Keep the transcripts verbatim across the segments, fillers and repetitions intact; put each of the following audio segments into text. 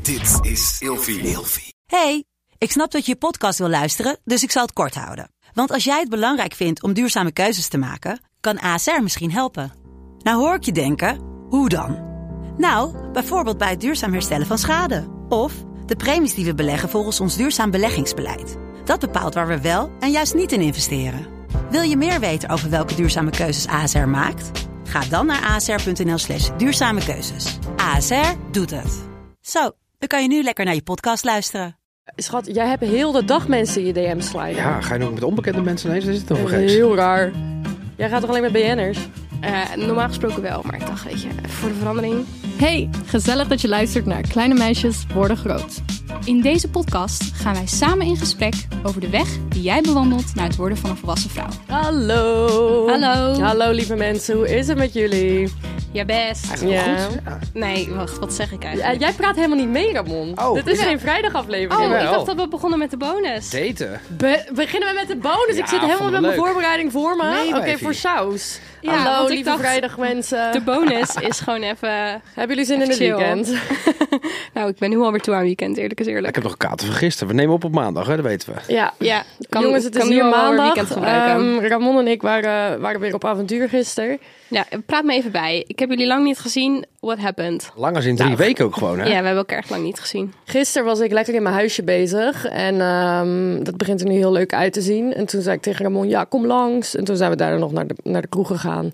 Dit is Ilfie. Ilfie. Hey, ik snap dat je je podcast wil luisteren, dus ik zal het kort houden. Want als jij het belangrijk vindt om duurzame keuzes te maken, kan A S R misschien helpen. Nou hoor ik je denken, hoe dan? Nou, bijvoorbeeld bij het duurzaam herstellen van schade. Of de premies die we beleggen volgens ons duurzaam beleggingsbeleid. Dat bepaalt waar we wel en juist niet in investeren. Wil je meer weten over welke duurzame keuzes A S R maakt? Ga dan naar asr.nl slash duurzame keuzes. A S R doet het. Zo, dan kan je nu lekker naar je podcast luisteren. Schat, jij hebt heel de dag mensen in je D M sliden. Ja, ga je nog met onbekende mensen ineens? Dat is het toch geest? Heel raar. Jij gaat toch alleen met B N'ers? Uh, normaal gesproken wel, maar ik dacht, weet je, voor de verandering. Hey, gezellig dat je luistert naar Kleine Meisjes Worden Groot. In deze podcast gaan wij samen in gesprek over de weg die jij bewandelt naar het worden van een volwassen vrouw. Hallo. Hallo. Hallo lieve mensen, hoe is het met jullie? Ja, best. Eigenlijk Ja. goed. Ja. Nee, wacht, wat zeg ik Ja, eigenlijk? jij praat helemaal niet mee, Ramon. Oh, Dit is ja. geen vrijdagaflevering. Oh, Jawel. ik dacht dat we begonnen met de bonus. Daten. Be- beginnen we met de bonus? Ja, ik zit helemaal vonden met we mijn leuk. voorbereiding voor me. Nee, Oké, wijfie. voor saus. Ja, Hallo want ik lieve dacht, vrijdag mensen. De bonus is gewoon even... Hebben jullie zin in het chill. weekend? Nou, ik ben nu alweer toe aan weekend, eerlijk is eerlijk. Ik heb nog een kater van gisteren. We nemen op op maandag, hè? Dat weten we. Ja. Ja, kan, Jongens, het is kan nu nu al wel weer maandag. weekend gebruiken. Ehm, Ramon en ik waren, waren weer op avontuur gisteren. Ja, praat me even bij. Ik heb jullie lang niet gezien. What happened? Lang als in drie Nou, weken ook gewoon, hè? Ja, we hebben elkaar echt lang niet gezien. Gisteren was ik lekker in mijn huisje bezig. En ehm, dat begint er nu heel leuk uit te zien. En toen zei ik tegen Ramon, ja, kom langs. En toen zijn we daar nog naar de, naar de kroeg gegaan.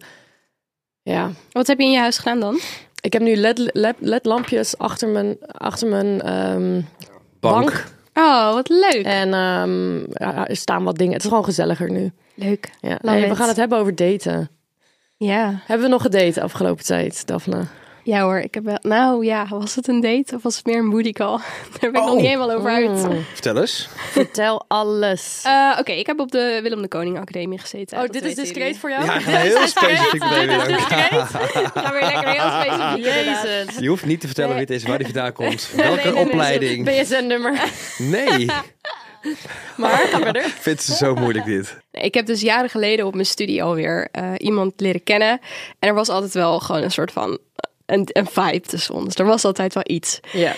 Ja. Wat heb je in je huis gedaan dan? Ik heb nu led, led, ledlampjes achter mijn, achter mijn ehm, Bank. bank. Oh, wat leuk. En ehm, ja, er staan wat dingen. Het is gewoon gezelliger nu. Leuk. Ja. Love Hey, we it. gaan het hebben over daten. Ja. Hebben we nog gedate afgelopen tijd, Daphne? Ja hoor, ik heb wel... Nou ja, was het een date of was het meer een booty call? Daar ben ik Oh. nog niet helemaal over uit. Mm. Vertel eens. Vertel alles. Uh, Oké, ik heb op de Willem de Koning Academie gezeten. oh, Dat dit is weten discreet jullie. voor jou? Ja, heel specifiek voor Dit is deze. discreet? Ga weer lekker heel specifiek. inderdaad. Jezus. Je hoeft niet te vertellen Nee. wie het is, waar die vandaan komt. Welke nee, nee, opleiding. B S N-nummer. Nee. Maar, ga verder. Ik vind ze zo moeilijk dit. Ik heb dus jaren geleden op mijn studie alweer uh, iemand leren kennen. En er was altijd wel gewoon een soort van... Een, een vibe tussen ons. Er was altijd wel iets. Ja.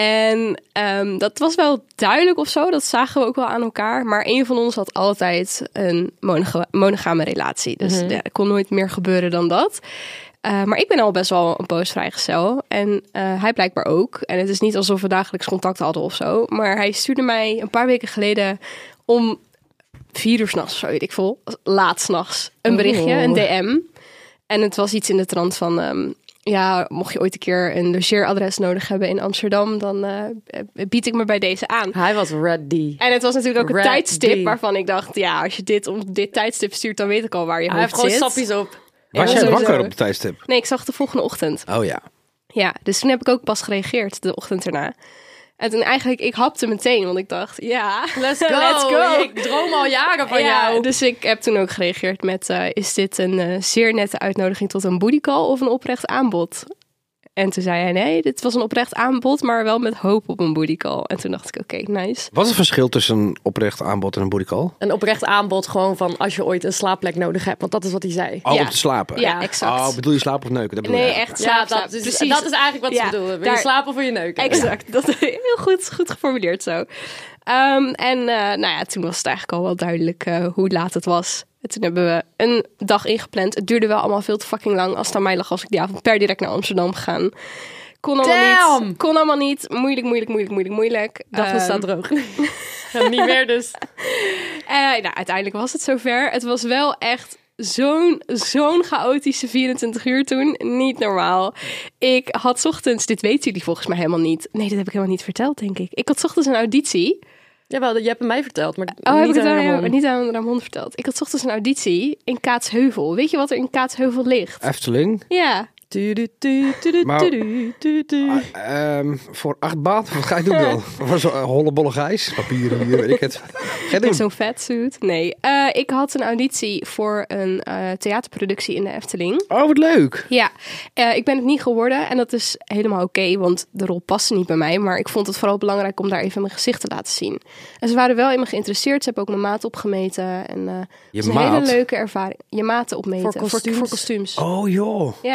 En um, dat was wel duidelijk of zo. Dat zagen we ook wel aan elkaar. Maar een van ons had altijd een monoga- monogame relatie. Dus Mhm. ja, er kon nooit meer gebeuren dan dat. Uh, maar ik ben al best wel een poos vrijgezel. En uh, hij blijkbaar ook. En het is niet alsof we dagelijks contact hadden of zo. Maar hij stuurde mij een paar weken geleden om vier uur s'nachts, zo weet ik veel, laat s'nachts, een berichtje, Oh. een D M. En het was iets in de trant van... Um, ja, mocht je ooit een keer een logeeradres nodig hebben in Amsterdam, dan uh, bied ik me bij deze aan. Hij was ready. En het was natuurlijk ook een Ready. tijdstip waarvan ik dacht, ja, als je dit op dit tijdstip stuurt, dan weet ik al waar je Hij heeft hoofd gewoon zit. sappies op. Was Ja, jij sowieso. wakker op de tijdstip? Nee, ik zag het de volgende ochtend. Oh ja. Ja, dus toen heb ik ook pas gereageerd de ochtend erna. En toen eigenlijk, ik hapte meteen, want ik dacht, ja, Let's go. let's go. Ik droom al jaren van Ja, jou. dus ik heb toen ook gereageerd met, uh, is dit een uh, zeer nette uitnodiging tot een booty call of een oprecht aanbod? En toen zei hij, nee, dit was een oprecht aanbod, maar wel met hoop op een booty call. En toen dacht ik, oké, okay, nice. Wat is het verschil tussen een oprecht aanbod en een booty call? Een oprecht aanbod gewoon van als je ooit een slaapplek nodig hebt. Want dat is wat hij zei. Oh, Ja. om te slapen? Ja, exact. Oh, bedoel je slapen of neuken? Dat bedoel Nee, je echt Ja, slaap, dat slaap. is, Precies. dat is eigenlijk wat ze Ja, bedoelen. Wil daar- je slapen of wil je neuken? Exact, dat is heel goed, goed geformuleerd zo. Um, en uh, nou ja, toen was het eigenlijk al wel duidelijk uh, hoe laat het was. En toen hebben we een dag ingepland. Het duurde wel allemaal veel te fucking lang. Als het aan mij lag, was ik die avond per direct naar Amsterdam gegaan. Kon allemaal Damn! niet. Kon allemaal niet. Moeilijk, moeilijk, moeilijk, moeilijk, moeilijk. Daphne Um, staat droog. Niet meer dus. Uh, nou, uiteindelijk was het zover. Het was wel echt zo'n, zo'n chaotische vierentwintig uur toen. Niet normaal. Ik had 's ochtends, dit weten jullie volgens mij helemaal niet. Nee, dat heb ik helemaal niet verteld, denk ik. Ik had 's ochtends een auditie. Jawel, je hebt het mij verteld, maar Oh, heb niet ik het aan aan, Ramon. niet aan Ramon verteld. Ik had 's ochtends een auditie in Kaatsheuvel. Weet je wat er in Kaatsheuvel ligt? Efteling? Ja. Tu, tu, tu, tu, Maar- tu, tu, tu. Ah, ehm, voor acht baat? Wat ga je doen dan? Of was het hollebolle gijs? Papieren hier, weet ik het. Ga je doen? Zo'n fatsuit. Nee. Uh, ik had een auditie voor een uh, theaterproductie in de Efteling. Oh, wat leuk. Ja, uh, ik ben het niet geworden en dat is helemaal oké, okay, want de rol paste niet bij mij. Maar ik vond het vooral belangrijk om daar even mijn gezicht te laten zien. En ze waren wel in me geïnteresseerd. Ze hebben ook mijn maat opgemeten. En, uh, Je het is een maat? hele leuke ervaring. Je maten opmeten. Voor kostuums? Voor, voor kostuums. Oh joh. Ja, ja, ja. Maar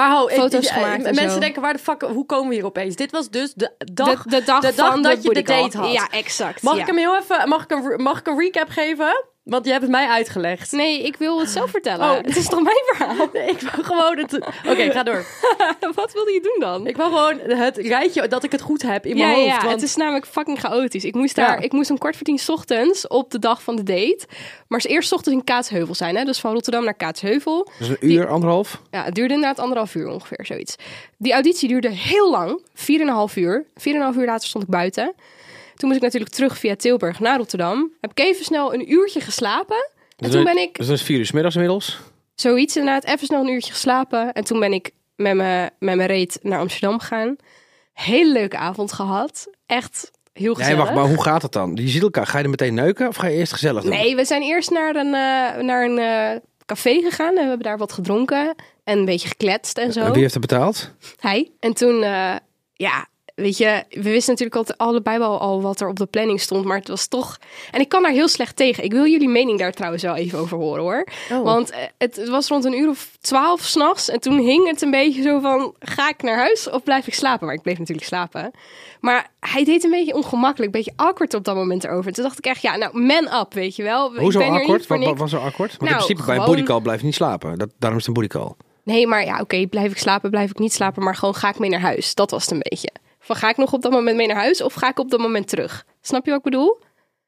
Maar ho, foto's ik, gemaakt en mensen zo. denken, waar de fuck, hoe komen we hier opeens? Dit was dus de dag, de, de dag, de dag van dat de je de bodycall. date had. Ja, exact. Mag ja. ik hem heel even, mag ik een, mag ik een recap geven? Want je hebt het mij uitgelegd. Nee, ik wil het zelf vertellen. Oh. Het is toch mijn verhaal? Nee, ik wil gewoon het... Oké, ga door. Wat wilde je doen dan? Ik wil gewoon het rijtje dat ik het goed heb in ja, mijn hoofd. ja, want... het is namelijk fucking chaotisch. Ik moest, daar, Ja. ik moest om kwart voor tien 's ochtends op de dag van de date. Maar ze eerst 's ochtends in Kaatsheuvel zijn. Hè? Dus van Rotterdam naar Kaatsheuvel. Dus een uur, anderhalf? Ja, het duurde inderdaad anderhalf uur ongeveer, zoiets. Die auditie duurde heel lang. Vier en een half uur. Vier en een half uur later stond ik buiten. Toen moest ik natuurlijk terug via Tilburg naar Rotterdam. Heb ik even snel een uurtje geslapen. En Dus toen dat- ben ik... Dus dat is vier uur 's middags inmiddels? Zoiets inderdaad. Even snel een uurtje geslapen. En toen ben ik met mijn met mijn reet naar Amsterdam gegaan. Hele leuke avond gehad. Echt heel gezellig. Nee, wacht, maar hoe gaat het dan? Je ziet elkaar. Ga je er meteen neuken of ga je eerst gezellig doen? Nee, we zijn eerst naar een, uh, naar een uh, café gegaan. En we hebben daar wat gedronken. En een beetje gekletst en zo. En wie heeft er betaald? Hij. En toen, uh, ja... Weet je, we wisten natuurlijk al, allebei wel al wat er op de planning stond. Maar het was toch... En ik kan daar heel slecht tegen. Ik wil jullie mening daar trouwens wel even over horen, hoor. Oh. Want het, het was rond een uur of twaalf 's nachts. En toen hing het een beetje zo van... Ga ik naar huis of blijf ik slapen? Maar ik bleef natuurlijk slapen. Maar hij deed een beetje ongemakkelijk. Een beetje awkward op dat moment erover. Toen dacht ik echt, ja, nou, man up, weet je wel. Hoezo ik ben hier akkoord? niet voor Wat, wat niks. was er akkoord? Want Nou, in principe bij een gewoon- bodycall blijf je niet slapen. Dat, daarom is het een bodycall. Nee, maar ja, oké, okay, blijf ik slapen, blijf ik niet slapen. Maar gewoon ga ik mee naar huis. Dat was het een beetje. Van ga ik nog op dat moment mee naar huis of ga ik op dat moment terug? Snap je wat ik bedoel?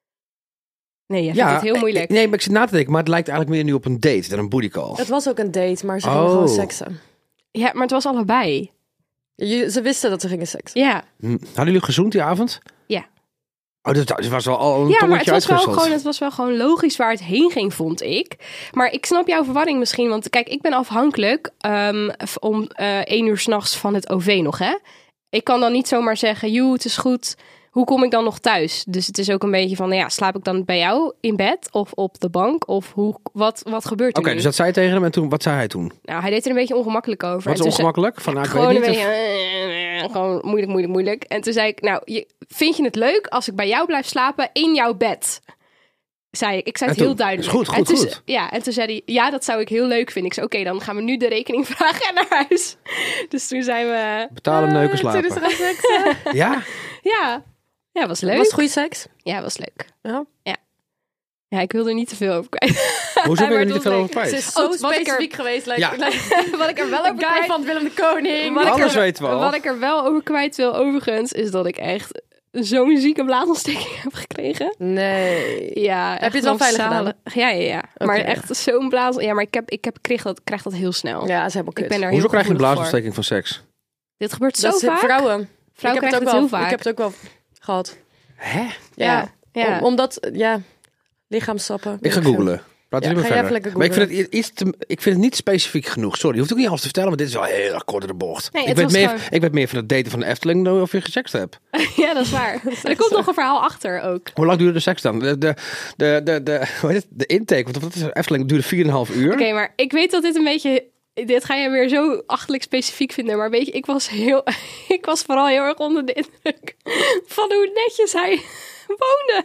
Nee, jij vindt het heel moeilijk. Nee, maar ik zit na te denken, maar het lijkt eigenlijk meer nu op een date dan een bodycall. Het was ook een date, maar ze gingen Oh. gewoon seksen. Ja, maar het was allebei. Je, ze wisten dat ze gingen seksen. Ja, Hm. Hadden jullie gezoend die avond? ja. Oh, dat, dat was wel al een Ja, maar het tongetje was, wel uitgewisseld. gewoon, het was wel gewoon logisch waar het heen ging, vond ik. Maar ik snap jouw verwarring misschien. Want kijk, ik ben afhankelijk um, om uh, één uur 's nachts van het O V nog, hè. Ik kan dan niet zomaar zeggen, joe, het is goed. Hoe kom ik dan nog thuis? Dus het is ook een beetje van, nou ja, slaap ik dan bij jou in bed of op de bank? Of hoe, wat, wat gebeurt er Oké, nu? dus dat zei je tegen hem en toen, wat zei hij toen? Nou, hij deed er een beetje ongemakkelijk over. Wat En is toen ongemakkelijk? Van, nou, ik Gewoon weet een niet. beetje, of- eh, gewoon moeilijk, moeilijk, moeilijk. En toen zei ik, nou, je, vind je het leuk als ik bij jou blijf slapen in jouw bed? Zei ik. Ik zei En het heel toen? duidelijk. Is goed, goed, en toen, goed. Ja, en toen zei hij, ja, dat zou ik heel leuk vinden. Ik zei, oké, okay, dan gaan we nu de rekening vragen en naar huis. Dus toen zijn we... Betalen, neuken, slapen. Toen is er gaan seksen. Ja? Ja, ja, was leuk. Was het goede seks? Ja, was leuk. Ja. Ja, ik wil er niet te veel over kwijt. Hoezo ben je er Maar niet het veel was over leuk. Ze kwijt? is zo Oh, wat ik er- specifiek geweest. Like, Ja. like, Wat ik er wel de over guy kwijt... van Willem de Koning. Wat ik Alles er- weten we al. Wat ik er wel over kwijt wil overigens, is dat ik echt zo'n zieke blaasontsteking heb gekregen. Nee. Ja, Heb echt je het wel veilig rampzalig. Ja, ja, ja. Maar Oké. echt zo'n blaas... Ja, maar ik, heb, ik heb, kreeg, dat, krijg dat heel snel. Ja, ze hebben ook ik ben daar Hoezo heel krijg je een gevoelig voor. blaasontsteking van seks? Dit gebeurt zo Dat is vaak. vrouwen. Vrouwen ik heb krijgen het ook het wel, heel vaak. Ik heb het ook wel gehad. Hè? Ja, ja. Om- omdat, ja, lichaamstappen. Ik ga googlen. Laten Ja, we ga maar jij verder. even lekker Maar ik vind, googlen. het iets te, ik vind het niet specifiek genoeg. Sorry, je hoeft ook niet alles te vertellen, maar dit is wel heel erg kort in de bocht. Nee, ik, het weet was meer, gewoon- ik weet meer van het daten van de Efteling dan of je gesext hebt. ja, dat is waar. Er komt nog een verhaal achter ook. Hoe lang duurde de seks dan? De, de, de, de, de, hoe heet het? De intake, want wat is het? Efteling duurde vier en een half uur. Oké, maar ik weet dat dit een beetje... Dit ga je weer zo achterlijk specifiek vinden. Maar weet je, ik was, heel, ik was vooral heel erg onder de indruk van hoe netjes hij woonde.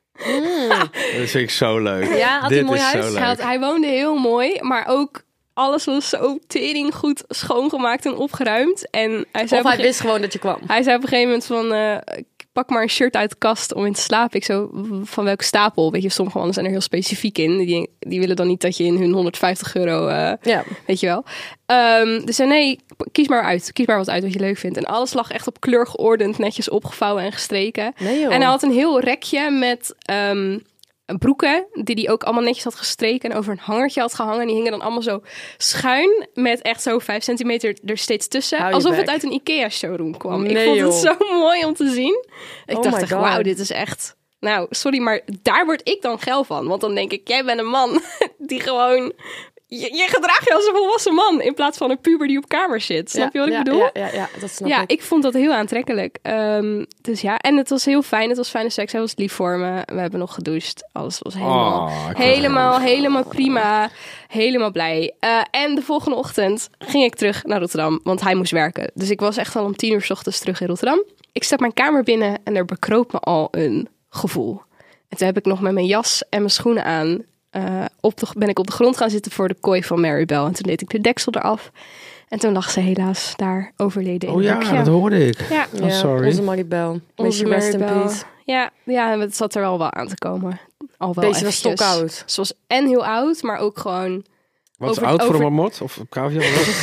Dat vind ik zo leuk. Ja, had hij Dit een mooi is huis? zo Hij, leuk. had- hij woonde heel mooi, maar ook alles was zo tering goed schoongemaakt en opgeruimd. En hij zei, Of op een hij ge- wist gewoon dat je kwam. hij zei op een gegeven moment van... eh, pak maar een shirt uit de kast om in te slapen. Ik zo, van welke stapel? Weet je, sommige mannen zijn er heel specifiek in. Die, die willen dan niet dat je in hun honderdvijftig euro... eh, Ja. Weet je wel. Um, dus zei nee, kies maar uit. Kies maar wat uit wat je leuk vindt. En alles lag echt op kleur geordend, netjes opgevouwen en gestreken. Nee, joh. En hij had een heel rekje met um, broeken, die hij ook allemaal netjes had gestreken en over een hangertje had gehangen. En die hingen dan allemaal zo schuin, met echt zo vijf centimeter er steeds tussen. Hou je Alsof bek. het uit een IKEA-showroom kwam. Nee, ik vond het joh. zo mooi om te zien. Ik Oh dacht my echt, God. wauw, dit is echt... Nou, sorry, maar daar word ik dan geil van. Want dan denk ik, jij bent een man die gewoon... Je, je gedraagt je als een volwassen man in plaats van een puber die op kamer zit. Snap je wat ja, ik bedoel? Ja, ja, ja, dat snap Ja, ik. ik vond dat heel aantrekkelijk. Um, dus ja, en het was heel fijn. Het was fijne seks. Hij was lief voor me. We hebben nog gedoucht. Alles was helemaal, Oh, ik vind helemaal, helemaal prima. Helemaal blij. Uh, en de volgende ochtend ging ik terug naar Rotterdam, want hij moest werken. Dus ik was echt al om tien uur 's ochtends terug in Rotterdam. Ik stap mijn kamer binnen en er bekroop me al een gevoel. En toen heb ik nog met mijn jas en mijn schoenen aan... Uh, op de, ben ik op de grond gaan zitten voor de kooi van Maribel. En toen deed ik de deksel eraf. En toen lag ze helaas daar overleden in Oh een ja, hokje. dat hoorde ik. Ja, Oh, Ja, sorry. Onze Maribel. May onze she rest in Maribel. peace. Ja, ja, het zat er wel wel aan te komen. Al wel Deze was eventjes. stokoud. Ze was en heel oud, maar ook gewoon... Wat is Over- oud voor over- een marmot? Of een cavia?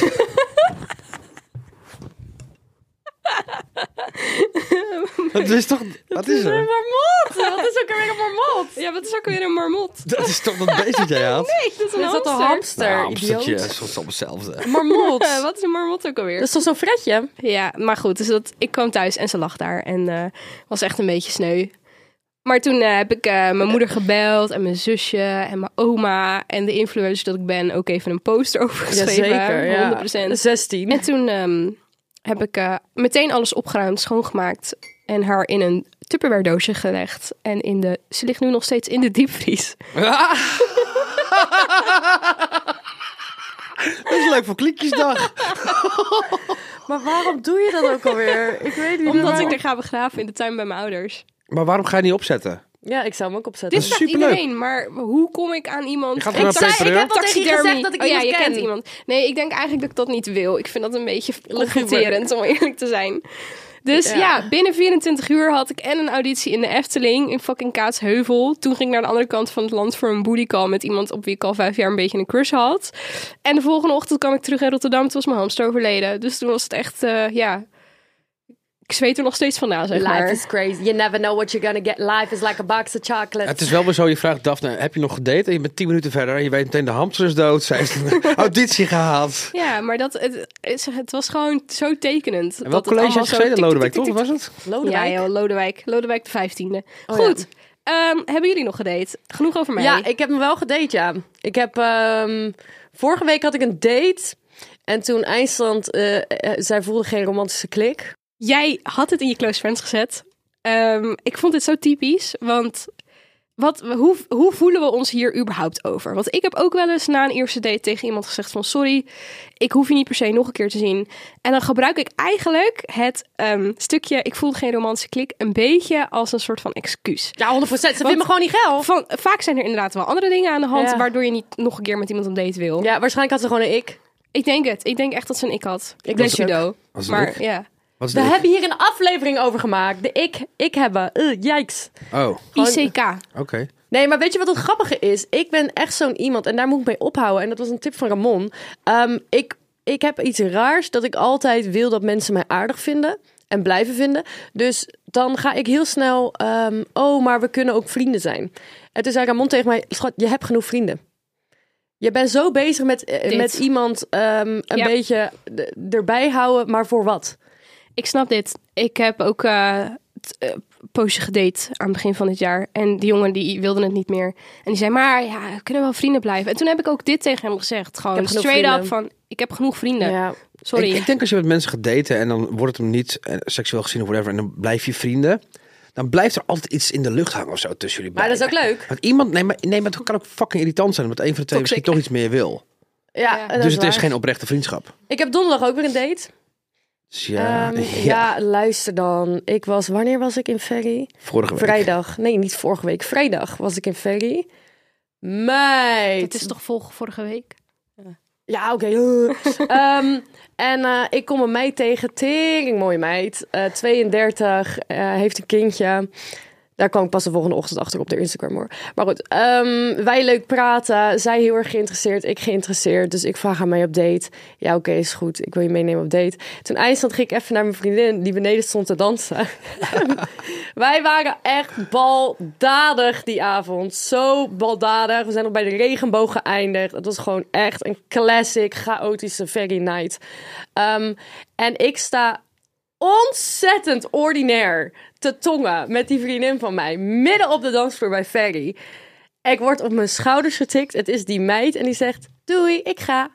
Dat is toch... Wat is er? Marmot! Wat is ook alweer een marmot? Ja, wat is ook weer een marmot? Dat is toch dat beest dat jij had? Nee, dat is een Is dat een hamster. hamster, Nou, hamstertje, idioot? dat is toch hetzelfde. Marmot. Eh, wat is een marmot ook alweer? Dat is toch zo'n fretje? Ja, maar goed, dus dat, ik kwam thuis en ze lag daar en eh, was echt een beetje sneu. Maar toen eh, heb ik eh, mijn moeder gebeld en mijn zusje en mijn oma en de influencer dat ik ben ook even een poster over geschreven. Jazeker, ja. honderd procent. zestien. En toen ehm, heb ik eh, meteen alles opgeruimd, schoongemaakt en haar in een Tupperware doosje gelegd. En in de, ze ligt nu nog steeds in de diepvries. Dat is leuk voor Kliekjesdag. Maar waarom doe je dat ook alweer? Ik weet niet. Omdat waarom. ik er ga begraven in de tuin bij mijn ouders. Maar waarom ga je niet opzetten? Ja, ik zou hem ook opzetten. Dit is vraagt superleuk. iedereen, maar hoe kom ik aan iemand? Je gaat Ik naar zei- Peter, ik hè? heb al tegen je taxidermy. gezegd dat ik oh, ja, iemand je ken. kent iemand. Nee, ik denk eigenlijk dat ik dat niet wil. Ik vind dat een beetje confronterend, om eerlijk te zijn. Dus ja. Ja. binnen vierentwintig uur had ik en een auditie in de Efteling in fucking Kaatsheuvel. Toen ging ik naar de andere kant van het land voor een bodycall met iemand op wie ik al vijf jaar een beetje een crush had. En de volgende ochtend kwam ik terug in Rotterdam. Toen was mijn hamster overleden. Dus toen was het echt, uh, ja... Ik zweet er nog steeds van na, zeg Life maar. is crazy. You never know what you're gonna get. Life is like a box of chocolates. Het is wel weer zo, je vraagt Daphne, heb je nog gedate? En je bent tien minuten verder en je weet meteen de hamster is dood. Zij heeft een auditie gehaald. Ja, maar dat, het, het, het was gewoon zo tekenend. En welk college had je gezeten? Lodewijk, toch? Of was het? Lodewijk. Ja, joh, Lodewijk. Lodewijk de vijftiende. Oh, Goed. Ehm, hebben jullie nog gedate? Genoeg over mij. Ja, ik heb hem wel gedate, ja. Ik heb... ehm, vorige week had ik een date. En toen eindstand... eh, eh, zij voelde geen romantische klik. Jij had het in je close friends gezet. Ehm, ik vond dit zo typisch, want wat, hoe, hoe voelen we ons hier überhaupt over? Want ik heb ook wel eens na een eerste date tegen iemand gezegd van... sorry, ik hoef je niet per se nog een keer te zien. En dan gebruik ik eigenlijk het ehm, stukje... ik voelde geen romantische klik een beetje als een soort van excuus. Ja, honderd procent. Ze vinden me gewoon niet geil. Van, vaak zijn er inderdaad wel andere dingen aan de hand... Ja. waardoor je niet nog een keer met iemand op date wil. Ja, waarschijnlijk had ze gewoon een ik. Ik denk het. Ik denk echt dat ze een ik had. Ik Bless denk you het though. Was het Maar ik? ja. Wat is We dit? hebben hier een aflevering over gemaakt. De ik, ik hebben. Uh, yikes. Oh, I C K. oké. Nee, maar weet je wat het grappige is? Ik ben echt zo'n iemand, en daar moet ik mee ophouden. En dat was een tip van Ramon. Um, ik, ik heb iets raars dat ik altijd wil dat mensen mij aardig vinden. En blijven vinden. Dus dan ga ik heel snel... Um, oh, maar we kunnen ook vrienden zijn. En toen zei Ramon tegen mij... Schat, je hebt genoeg vrienden. Je bent zo bezig met, eh, Dit. met iemand um, een Ja. beetje d- erbij houden. Maar voor wat? Ik snap dit. Ik heb ook uh, t- uh, poosje gedate aan het begin van dit jaar. En die jongen die wilde het niet meer. En die zei, maar ja, we kunnen wel vrienden blijven. En toen heb ik ook dit tegen hem gezegd. Gewoon Ik heb genoeg straight vrienden. up van, ik heb genoeg vrienden. Ja. Sorry. Ik, ik denk als je met mensen gaat daten en dan wordt het hem niet eh, seksueel gezien of whatever. En dan blijf je vrienden. Dan blijft er altijd iets in de lucht hangen of zo tussen jullie Maar dat is beiden. ook leuk. Want iemand, nee maar, nee, maar het kan ook fucking irritant zijn. Omdat een van de twee Toxic. misschien toch iets meer wil. Ja, dat Dus het is waar. geen oprechte vriendschap. Ik heb donderdag ook weer een date. Dus ja, Ehm, ja. ja, luister dan. Ik was, wanneer was ik in Ferry? vorige week. Vrijdag. Nee, niet vorige week. Vrijdag was ik in Ferry. Meid. Het is toch vol- vorige week? Ja, oké. Ehm, en eh, ik kom een meid tegen. Tering mooie meid. Eh, tweeëndertig. eh, heeft een kindje. Daar kwam ik pas de volgende ochtend achter op de Instagram hoor. Maar goed, ehm, wij leuk praten. Zij heel erg geïnteresseerd, ik geïnteresseerd. Dus ik vraag haar mee op date. Ja, oké, is goed. Ik wil je meenemen op date. Toen eindstand ging ik even naar mijn vriendin die beneden stond te dansen. Wij waren echt baldadig die avond. Zo baldadig. We zijn nog bij de regenboog geëindigd. Het was gewoon echt een classic, chaotische Ferry night. Ehm, en ik sta ontzettend ordinair te tongen met die vriendin van mij. Midden op de dansvloer bij Ferry. Ik word op mijn schouders getikt. Het is die meid en die zegt, doei, ik ga.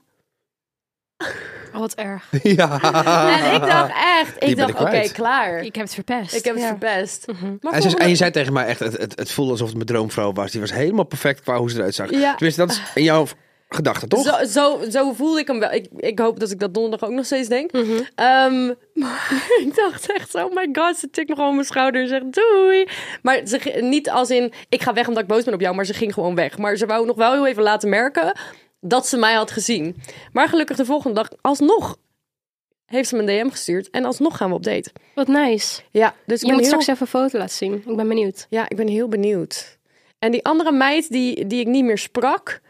Oh, wat erg. Ja. En ik dacht echt, Die ik ben dacht, ik oké, kwijt. klaar. Ik heb het verpest. Ik heb het Ja. verpest. Maar En, ze, volgende- en je zei tegen mij echt, het, het, het voelde alsof het mijn droomvrouw was. Die was helemaal perfect qua hoe ze eruit zag. Ja. Tenminste, dat is in jouw gedachten, toch? Zo, zo, zo voelde ik hem wel. Ik, ik hoop dat ik dat donderdag ook nog steeds denk. Mhm. Ehm, maar ik dacht echt, oh my god, ze tikt nog gewoon op mijn schouder en zegt doei. Maar ze, ging- niet als in, ik ga weg omdat ik boos ben op jou, maar ze ging gewoon weg. Maar ze wou nog wel heel even laten merken, dat ze mij had gezien. Maar gelukkig de volgende dag alsnog heeft ze me een D M gestuurd. En alsnog gaan we op date. Wat nice. Ja, dus ik Je ben moet heel... straks even een foto laten zien. Ik ben benieuwd. Ja, ik ben heel benieuwd. En die andere meid die, die ik niet meer sprak...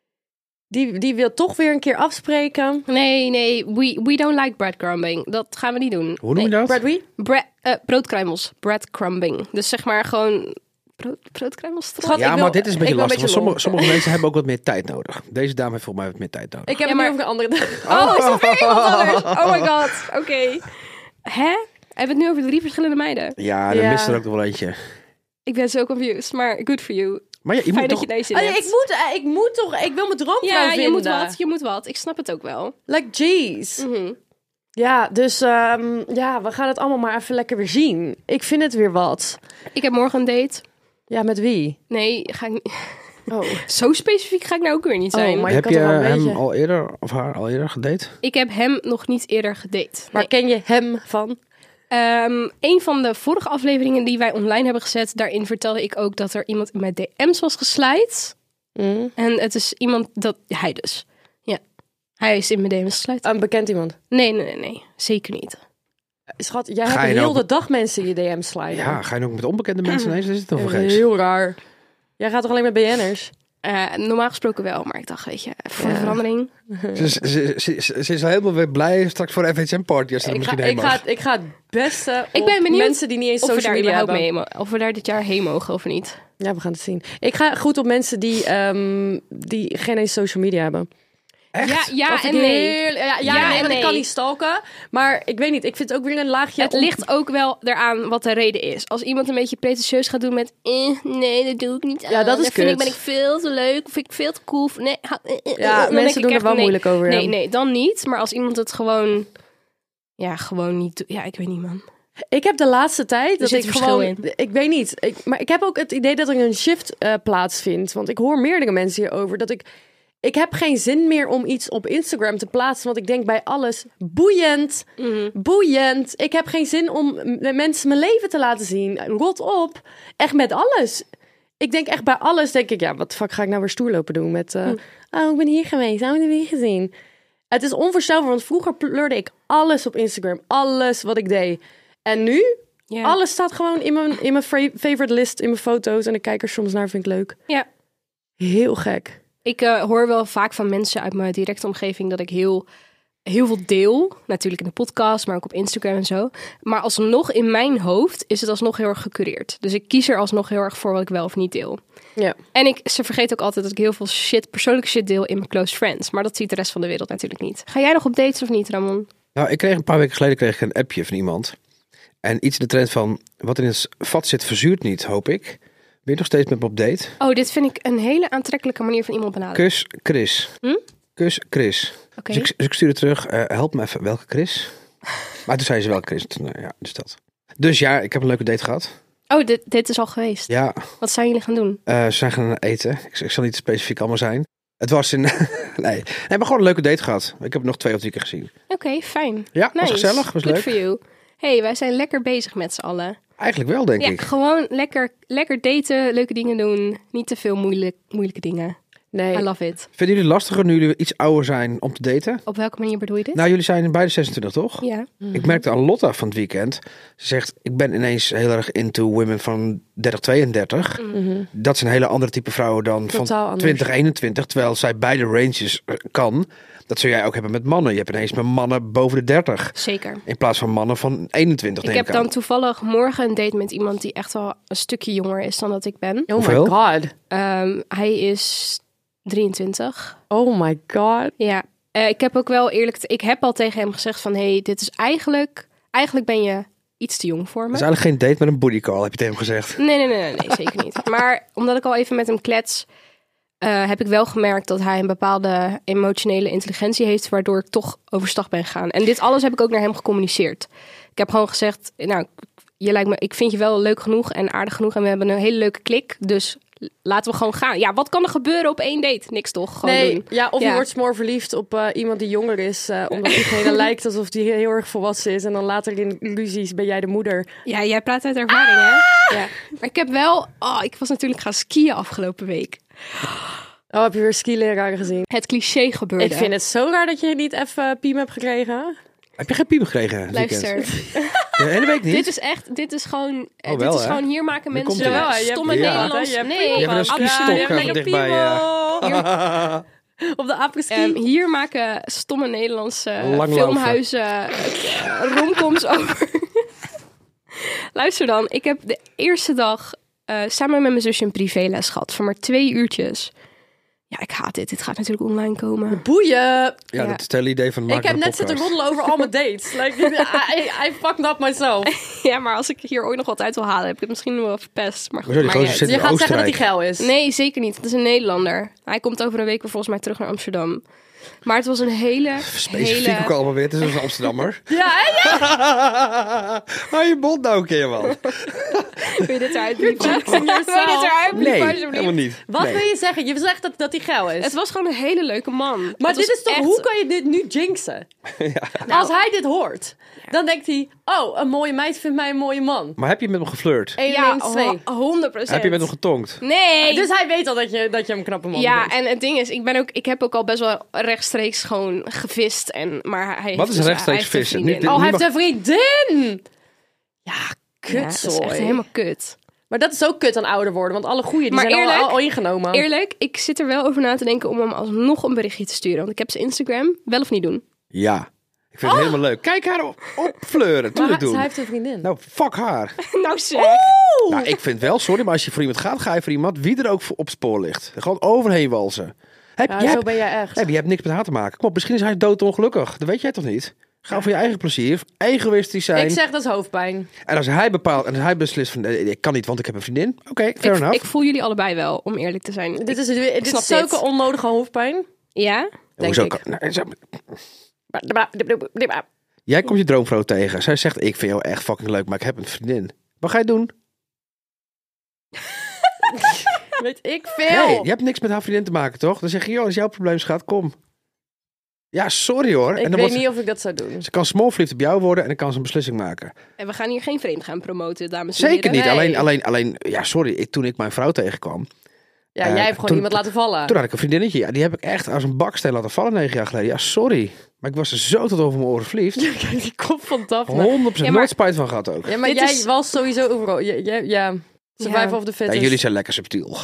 Die, die wil toch weer een keer afspreken. Nee, nee. We, we don't like breadcrumbing. Dat gaan we niet doen. Hoe noem je dat? Brad wie? Bre- uh, broodkruimels. Breadcrumbing. Dus zeg maar gewoon... Brood, broodkruimels? Schat, Ja, ik wil- maar dit is een beetje ik wil lastig. een Want beetje sommige, lol. sommige mensen hebben ook wat meer tijd nodig. Deze dame heeft volgens mij wat meer tijd nodig. Ik heb Ja, het maar- nu over een andere dag. Oh, is dat weer iemand anders? Oh my god. Oké. Hè? Hebben we het nu over drie verschillende meiden? Ja, dan Ja. mist er ook nog wel eentje. Ik ben zo confused. Maar good for you. Maar ja, je Fijn moet dat toch... je deze Oh, ja, hebt. ik, moet, eh, ik moet toch... Ik wil mijn droomvrouw Ja, vinden. je moet wat. Je moet wat. Ik snap het ook wel. Like, jeez. Mhm. Ja, dus ehm, ja, we gaan het allemaal maar even lekker weer zien. Ik vind het weer wat. Ik heb morgen een date. Ja, met wie? Nee, ga ik niet... Oh, Zo specifiek ga ik nou ook weer niet zijn. Oh, maar je Heb kan je toch wel een hem beetje- al eerder, of haar al eerder gedate? Ik heb hem nog niet eerder gedate. maar Nee. ken je hem van? Ehm, een van de vorige afleveringen die wij online hebben gezet, daarin vertelde ik ook dat er iemand in mijn D M's was geslijt. Mm. En het is iemand dat... Hij dus. Ja. Hij is in mijn D M's geslijt. Een bekend iemand. Nee, nee, nee, nee. Zeker niet. Schat, jij Ga hebt je heel nou- de dag mensen in je D M's sliden. Ja, ga je ook met onbekende mensen ineens? Dat is het dan voor geest. Heel raar. Jij gaat toch alleen met B N'ers? Eh, normaal gesproken wel, maar ik dacht, weet je, even voor Ja. de verandering. Ze, ze, ze, ze, ze is al helemaal weer blij straks voor de F H M-party als ze er Ik ga, misschien heen ik, mag. ga, ik ga het beste Ik op ben benieuwd mensen die niet eens Of we social daar media überhaupt hebben. mee mo- Of we daar dit jaar heen mogen of niet. Ja, we gaan het zien. Ik ga goed op mensen die, ehm, die geen eens social media hebben. Echt? Ja, ja Dat en vind ik nee. heel- ja, ja, Ja nee, en want ik kan nee. niet stalken. Maar ik weet niet, ik vind het ook weer een laagje... Het om- ligt ook wel eraan wat de reden is. Als iemand een beetje pretentieus gaat doen met... Eh, nee, dat doe ik niet aan. Ja, dat is Dan vind ik, kut. ben ik veel te leuk. Of vind ik veel te cool. Of nee, ha- eh, eh, Ja, dan denk mensen ik doen er echt, wel nee. moeilijk over. ja. Nee, nee, dan niet. Maar als iemand het gewoon... Ja, gewoon niet doet. Ja, ik weet niet, man. Ik heb de laatste tijd dat zit ik verschil gewoon... in. Ik weet niet. Ik, maar ik heb ook het idee dat er een shift eh, plaatsvindt. Want ik hoor meerdere mensen hierover. Dat ik... Ik heb geen zin meer om iets op Instagram te plaatsen. Want ik denk bij alles... Boeiend. Mhm. Boeiend. Ik heb geen zin om m- mensen mijn leven te laten zien. Rot op. Echt met alles. Ik denk echt bij alles, denk ik... Ja, wat de fuck ga ik nou weer stoer lopen doen met... eh, Oh, ik ben hier geweest. Oh, ik heb hier gezien. Het is onvoorstelbaar, want vroeger pleurde ik alles op Instagram. Alles wat ik deed. En nu... Ja. Alles staat gewoon in mijn, in mijn fra- favorite list, in mijn foto's. En ik kijk er soms naar, vind ik leuk. Ja. Heel gek. Ik eh, hoor wel vaak van mensen uit mijn directe omgeving dat ik heel, heel veel deel. Natuurlijk in de podcast, maar ook op Instagram en zo. Maar alsnog in mijn hoofd is het alsnog heel erg gecureerd. Dus ik kies er alsnog heel erg voor wat ik wel of niet deel. Ja. En ik, ze vergeet ook altijd dat ik heel veel shit, persoonlijke shit deel in mijn close friends. Maar dat ziet de rest van de wereld natuurlijk niet. Ga jij nog op dates of niet, Ramon? Nou, ik kreeg een paar weken geleden kreeg ik een appje van iemand. En iets in de trend van, wat in het vat zit verzuurt niet, hoop ik. Ben je nog steeds met me op date? Oh, dit vind ik een hele aantrekkelijke manier van iemand benaderen. Kus Chris. Hm? Kus Chris. Oké. Dus, ik, dus ik stuurde terug, eh, help me even, welke Chris? Maar toen zei ze welke Chris. Toen, nou ja, dus dat. Dus ja, ik heb een leuke date gehad. Oh, dit, dit is al geweest. Ja, Wat zijn jullie gaan doen? eh, ze zijn gaan eten. Ik, ik zal niet specifiek allemaal zijn. Het was in... nee. nee, maar gewoon een leuke date gehad. Ik heb het nog twee of drie keer gezien. Oké, fijn. Ja, was Nice. gezellig, was Good leuk. for you. Hey, wij zijn lekker bezig met z'n allen. Eigenlijk wel, denk Ja, ik. gewoon lekker, lekker daten, leuke dingen doen. Niet te veel moeilijk, moeilijke dingen. Nee. I love it. Vinden jullie het lastiger nu jullie iets ouder zijn om te daten? Op welke manier bedoel je dit? Nou, jullie zijn beide zesentwintig, toch? Ja. Ik merkte aan Lotta van het weekend. Ze zegt, ik ben ineens heel erg into women van dertig, tweeëndertig. Mhm. Dat is een hele andere type vrouwen dan Totaal van anders. twintig, eenentwintig. Terwijl zij beide ranges eh, kan. Dat zul jij ook hebben met mannen. Je hebt ineens met mannen boven de dertig. Zeker. In plaats van mannen van eenentwintig, Ik neem heb ik aan. dan toevallig morgen een date met iemand die echt wel een stukje jonger is dan dat ik ben. Oh Hoeveel? my god. Ehm, hij is drieëntwintig. Oh my god. Ja. Eh, ik heb ook wel eerlijk... te- ik heb al tegen hem gezegd van... hey, dit is eigenlijk... Eigenlijk ben je iets te jong voor me. Dat is eigenlijk geen date met een booty call, heb je tegen hem gezegd. Nee, nee, nee, nee, nee, zeker niet. Maar omdat ik al even met hem klets, eh, heb ik wel gemerkt dat hij een bepaalde emotionele intelligentie heeft, waardoor ik toch overstag ben gegaan. En dit alles heb ik ook naar hem gecommuniceerd. Ik heb gewoon gezegd, nou, je lijkt me, ik vind je wel leuk genoeg en aardig genoeg en we hebben een hele leuke klik, dus laten we gewoon gaan. Ja, wat kan er gebeuren op één date? Niks toch? Gewoon Nee, doen. ja, of Ja. je wordt smoor verliefd op eh, iemand die jonger is. eh, omdat diegene lijkt alsof die heel erg volwassen is. En dan later in illusies ben jij de moeder. Ja, jij praat uit ervaring, hè? Ja. Maar ik heb wel... Oh, ik was natuurlijk gaan skiën afgelopen week. Oh, heb je weer skileraren gezien? Het cliché gebeurde. Ik vind het zo raar dat je niet even Piem hebt gekregen. Heb je geen piep gekregen? het Luister, weekend? De hele week niet? dit is echt, dit is gewoon, eh, Oh, wel, dit is hè? gewoon, hier maken Dan mensen komt ie. Ja, je hebt stomme Ja. Nederlands. Je hebt Nee, piemel. Je hebt een gewoon skistok Ja, je hebt uh, lekker dichtbij je. Op de apres-ski. Ehm, hier maken stomme Nederlandse Langlopen. filmhuizen uh, romcoms over. Luister dan, ik heb de eerste dag uh, samen met mijn zusje een privéles gehad van maar twee uurtjes. Ja, ik haat dit. Dit gaat natuurlijk online komen. Boeien. Ja, Ja. dat is het hele idee van het Ik maken heb van net een zitten podcast. roddelen over al mijn dates. Like, I, I fucked up myself. Ja, maar als ik hier ooit nog wat uit wil halen, heb ik het misschien wel verpest. Maar goed, Hoezo, die maakt gozer niet uit. zit Je in gaat zeggen dat hij Oostenrijk. geil is. Nee, zeker niet. Het is een Nederlander. Hij komt over een week weer volgens mij terug naar Amsterdam. Maar het was een hele, Specifiek hele... ook allemaal weer. Het is een Amsterdammer. Ja, hè? Hou je mond nou een keer, man. Wil je dit eruit bliepen? Wil je dit yourself. eruit bliepen, Nee, alsjeblieft? helemaal niet. Wat Nee. wil je zeggen? Je zegt dat, dat hij geil is. Het was gewoon een hele leuke man. maar Het dit was is toch, echt- hoe kan je dit nu jinxen? Als hij dit hoort, dan denkt hij... Oh, een mooie meid vindt mij een mooie man. Maar heb je met hem geflirt? Eén Ja, links, twee. ho- honderd procent. Heb je met hem getonkt? Nee. Dus hij weet al dat je, dat je hem een knappe man ja, vindt. en het ding is, ik, ben ook, ik heb ook al best wel rechtstreeks gewoon gevist. En, maar hij Wat heeft is dus- rechtstreeks hij heeft een vissen? vriendin. Niet- Oh, hij Niemand- heeft een vriendin! Ja, Ja, dat is kutzooi. echt helemaal kut. Maar dat is ook kut aan ouder worden, want alle goeie die Maar zijn al- eerlijk- al, ingenomen. Eerlijk, ik zit er wel over na te denken om hem alsnog een berichtje te sturen. Want ik heb zijn Instagram. Wel of niet doen? Ja. Ik vind het helemaal leuk. Kijk haar op, opfleuren. maar Tuurlijk hij, doen. hij heeft een vriendin. Nou, fuck haar. Nou zeg. Nou, ik vind wel, sorry, maar als je voor iemand gaat, ga je voor iemand wie er ook voor op het spoor ligt. Gewoon overheen walsen. Heb, ja, je, zo hebt, ben jij echt. heb, je hebt niks met haar te maken. Kom op, misschien is hij doodongelukkig. Dat weet jij toch niet? Ga voor je eigen plezier, egoïstisch zijn. Ik zeg dat is hoofdpijn. En als hij bepaalt en als hij beslist van, nee, ik kan niet, want ik heb een vriendin. Oké, fair Ik, enough. ik voel jullie allebei wel, om eerlijk te zijn. Dit is, dit snap is zulke dit. onnodige hoofdpijn. Ja? denk Hoezo ik. kan- nou, zeg maar- Jij komt je droomvrouw tegen. Zij zegt, ik vind jou echt fucking leuk, maar ik heb een vriendin. Wat ga je doen? Weet ik veel. Nee, je hebt niks met haar vriendin te maken, toch? Dan zeg je, joh, als jouw probleem schat, kom. Ja, sorry hoor. Ik en dan weet wordt niet of ik dat zou doen. ze, ze kan smalverliefd op jou worden en dan kan ze een beslissing maken. En we gaan hier geen vreemd gaan promoten, dames en Zeker heren. niet. Nee. Alleen, alleen, alleen, ja, sorry. Ik, toen ik mijn vrouw tegenkwam, Ja, Eh, jij hebt gewoon toen- iemand laten vallen. toen had ik een vriendinnetje. Ja, die heb ik echt als een baksteen laten vallen negen jaar geleden. Ja, sorry. Maar ik was er zo tot over mijn oren verliefd. Kijk, die kop van Daphne. honderd procent Ja, maar- nooit spijt van gehad ook. Ja, maar Dit jij is- was sowieso overal. Ja, ja, ja. Survival Ja. of the Ja, fittest. jullie zijn lekker subtiel.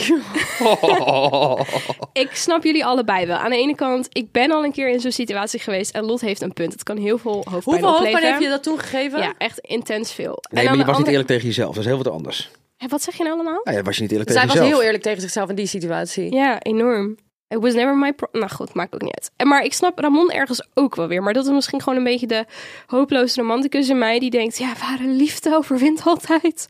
Ik snap jullie allebei wel. Aan de ene kant, ik ben al een keer in zo'n situatie geweest en Lot heeft een punt. Het kan heel veel hoofdpijn Hoeveel opleveren. hoofdpijn heb je dat toen gegeven? Ja, echt intens veel. Nee, En maar aan je de was niet andere- eerlijk tegen jezelf. Dat is heel wat anders. Hé, wat zeg je nou allemaal? Nou ja, was je niet eerlijk Zij tegen was jezelf. heel eerlijk tegen zichzelf in die situatie. Ja, enorm. It was never my pro- Nou goed, maakt ook niet uit. En Maar ik snap Ramon ergens ook wel weer. Maar dat is misschien gewoon een beetje de hopeloze romanticus in mij. Die denkt, ja, ware liefde overwint altijd.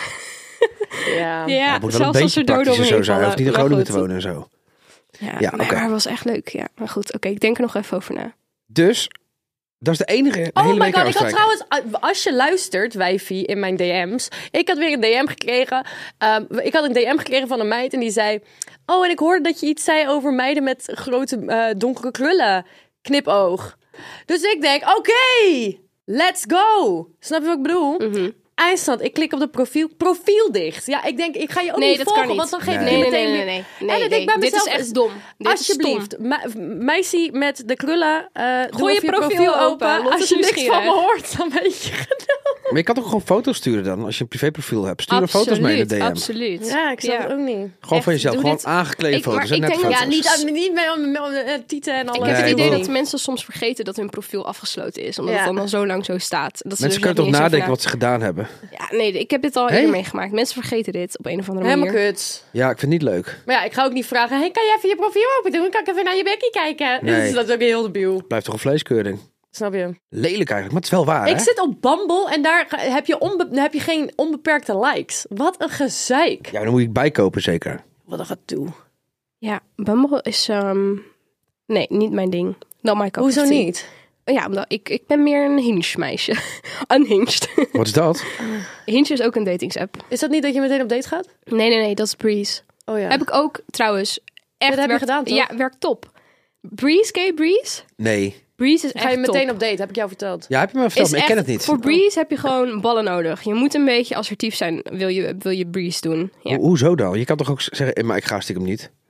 Ja. Ja, Het moet wel een zelfs als beetje er doden praktisch en zo omheen zijn. Hij vallen. hoeft niet in Maar Groningen te goed. wonen en zo. Ja, Ja, nee, oké. maar het was echt leuk. Ja, maar goed. Oké, ik denk er nog even over na. Dus, dat is de enige Oh hele my week god, ik had Oostenrijk. trouwens, als je luistert, wijfie, in mijn D M's. Ik had weer een D M gekregen. Um, ik had een D M gekregen van een meid en die zei... Oh, en ik hoorde dat je iets zei over meiden met grote eh, donkere krullen. Knipoog. Dus ik denk, oké, let's go. Snap je wat ik bedoel? Mhm. Eindstand, ik klik op de profiel, profiel dicht. Ja, ik denk, ik ga je ook Nee, niet dat volgen, kan niet. want dan geef Nee. ik je Nee, nee, meteen nee, weer... nee, nee. En nee, dan denk nee. ik bij Dit mezelf, is echt dom. Dit is Alsjeblieft, me- meisje met de krullen, eh doe Gooi je even profiel open. Lot Als is je niks van nieuwsgierig. me hoort, dan weet je genoeg. Maar je kan toch gewoon foto's sturen dan, als je een privéprofiel hebt. Stuur er foto's mee in de D M. Absoluut. Ja, ik snap Ja. het ook niet. Gewoon Echt, van jezelf, doe gewoon dit- aangeklede Ik- maar foto's. en ik net denk- foto's. Ja, niet, niet met, met, met, met tieten en alles. Ik heb Nee, het idee wow. dat mensen soms vergeten dat hun profiel afgesloten is. Omdat Ja. het dan al zo lang zo staat. Dat ze Mensen er kunnen toch niet eens nadenken over wat ze gedaan hebben. na- Ja, nee, ik heb dit al Hey? eerder meegemaakt. Mensen vergeten dit op een of andere Helemaal manier. kut. Ja, ik vind het niet leuk. Maar ja, ik ga ook niet vragen... Hey, kan je even je profiel open doen? Kan ik even naar je bekkie kijken? Nee. Dus dat is ook heel debiel. Blijft toch een vleeskeuring. Snap je? Lelijk eigenlijk, maar het is wel waar, Ik hè? zit op Bumble en daar heb je, onbe- heb je geen onbeperkte likes. Wat een gezeik. Ja, dan moet ik bijkopen zeker. Wat een gedoe. Ja, Bumble is... ehm, Nee, niet mijn ding. Not my cup Hoezo of tea. niet? Ja, omdat ik, ik ben meer een hinge meisje. Unhinged. Wat is dat? Hinge is ook een datingsapp. Is dat niet dat je meteen op date gaat? Nee, nee, nee, dat is Breeze. Oh ja. Heb ik ook trouwens echt dat heb je werkt- gedaan, toch? Ja, werkt top. Breeze, ken je Breeze? Nee. Breeze is Ga je echt meteen top. op date? Heb ik jou verteld. Ja, heb je me verteld, Is maar ik ken echt- het niet. Voor Breeze heb je gewoon ballen nodig. Je moet een beetje assertief zijn, wil je, wil je Breeze doen. Ja. Ho- hoezo dan? Je kan toch ook zeggen, eh, maar ik ga stiekem niet.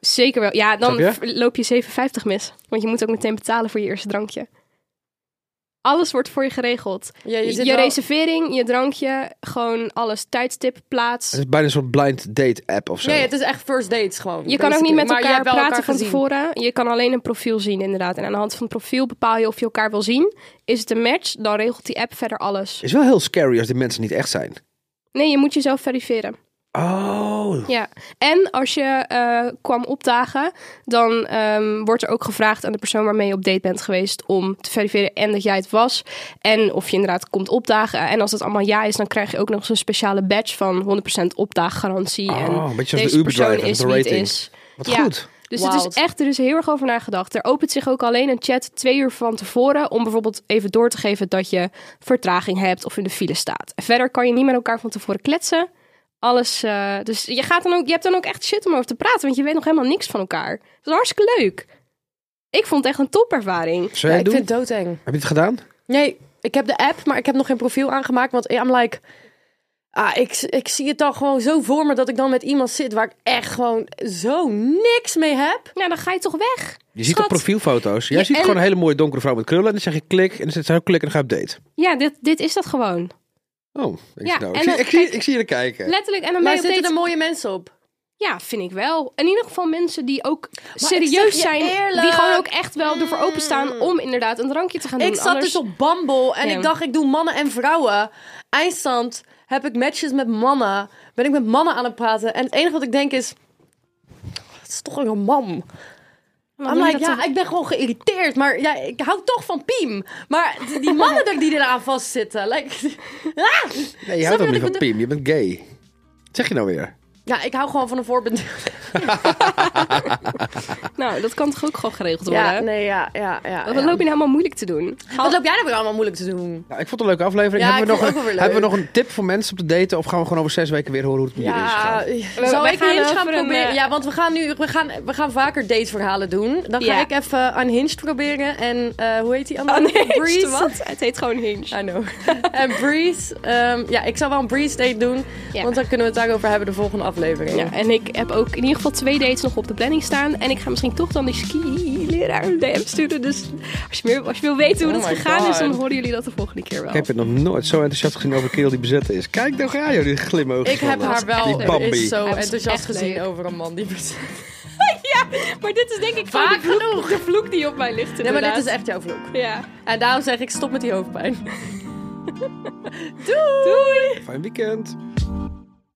Zeker wel. Ja, dan Snap v- loop je zeven vijftig mis. Want je moet ook meteen betalen voor je eerste drankje. Alles wordt voor je geregeld. Ja, je je zit je wel- reservering, je drankje, gewoon alles. Tijdstip, plaats. Het is bijna een soort blind date app of zo. Nee, het is echt first dates gewoon. Je kan ook niet met Maar je elkaar hebt wel praten van gezien. tevoren. Je kan alleen een profiel zien, inderdaad. En aan de hand van het profiel bepaal je of je elkaar wil zien. Is het een match, dan regelt die app verder alles. is wel heel scary als die mensen niet echt zijn. Nee, je moet jezelf verifiëren. Oh. Ja, en als je eh, kwam opdagen, dan ehm, wordt er ook gevraagd aan de persoon waarmee je op date bent geweest om te verifiëren en dat jij het was. En of je inderdaad komt opdagen. En als dat allemaal ja is, dan krijg je ook nog eens een speciale badge van honderd procent opdaaggarantie. Oh, en een beetje als deze de Uber persoon driver, is de wie het rating. is. Wat Ja. goed. Dus het Wild. is echt, er is heel erg over nagedacht. Er opent zich ook alleen een chat twee uur van tevoren om bijvoorbeeld even door te geven dat je vertraging hebt of in de file staat. En verder kan je niet met elkaar van tevoren kletsen. Alles, uh, dus je, gaat dan ook, je hebt dan ook echt shit om over te praten, want je weet nog helemaal niks van elkaar. Dat is hartstikke leuk. Ik vond het echt een topervaring. Zou Ja, jij ik doen? vind het doodeng. Heb je het gedaan? Nee, ik heb de app, maar ik heb nog geen profiel aangemaakt. Want I'm like... Ah, ik, ik zie het dan gewoon zo voor me dat ik dan met iemand zit waar ik echt gewoon zo niks mee heb. Nou, dan ga je toch weg. Je ziet Schat. op profielfoto's. Jij Ja, ziet en- gewoon een hele mooie donkere vrouw met krullen. En dan zeg je klik. En dan zit ze ook klik en dan ga je op date. Ja, dit, dit is dat gewoon. Oh, denk Ja, je nou. Ik, en zie, dan- ik, zie, kijk- ik zie je er kijken. Letterlijk. En dan ben Maar je op zitten date... er mooie mensen op? Ja, vind ik wel. In ieder geval mensen die ook ik serieus zeg je zijn. eerlijk. Die gewoon ook echt wel ervoor openstaan om inderdaad een drankje te gaan doen. Ik zat Anders- dus op Bumble en Ja. ik dacht ik doe mannen en vrouwen. Eindstand heb ik matches met mannen. Ben ik met mannen aan het praten. En het enige wat ik denk is... Het is toch een man. Dan I'm doe je like, dat ja, toch- ik ben gewoon geïrriteerd. Maar ja, ik hou toch van Piem. Maar die- die mannen er die eraan vastzitten. Like, ah! Nee, je houdt Snap je ook niet wat van ik Piem. Je bent gay. Wat zeg je nou weer? Ja, ik hou gewoon van een voorbeeld. Nou, dat kan toch ook gewoon geregeld worden? Ja, nee, ja, ja, ja. Wat ja. loop je nou allemaal moeilijk te doen? Wat loop jij er weer allemaal moeilijk te doen? Nou, ik vond het een leuke aflevering. Ja, hebben, we ik nog vond een, het ook wel weer hebben we leuk. nog een tip voor mensen om te daten? Of gaan we gewoon over zes weken weer horen hoe het met jullie is Ja, gegaan? zal wij ik gaan Hinge gaan over een, proberen? eh, Ja, want we gaan nu we gaan, we gaan vaker dateverhalen doen. Dan ga Ja. ik even Unhinged proberen. En eh, hoe heet die andere? Unhinged, Breeze. wat? Het heet gewoon Hinge. I know. En Breeze. ehm, ja, ik zou wel een Breeze date doen. Ja. Want dan kunnen we het daarover hebben de volgende aflevering. Ja, en ik heb ook in ieder geval twee dates nog op de planning staan. En ik ga misschien toch dan die ski-leraar een D M sturen. Dus als je, meer, als je wil weten hoe Oh dat my gegaan is, dan God. horen jullie dat de volgende keer wel. Ik heb het nog nooit zo enthousiast gezien over een kerel die bezet is. Kijk, daar ga je, die glimogen. Ik heb haar wel Die Bambi. is zo Hij was enthousiast echt gezien leuk. over een man die... Maar dit is denk ik Vaak gewoon de vloek, genoeg. de vloek die op mij ligt Nee, maar dit inderdaad. is echt jouw vloek. Ja. En daarom zeg ik stop met die hoofdpijn. Doei! Fijn weekend.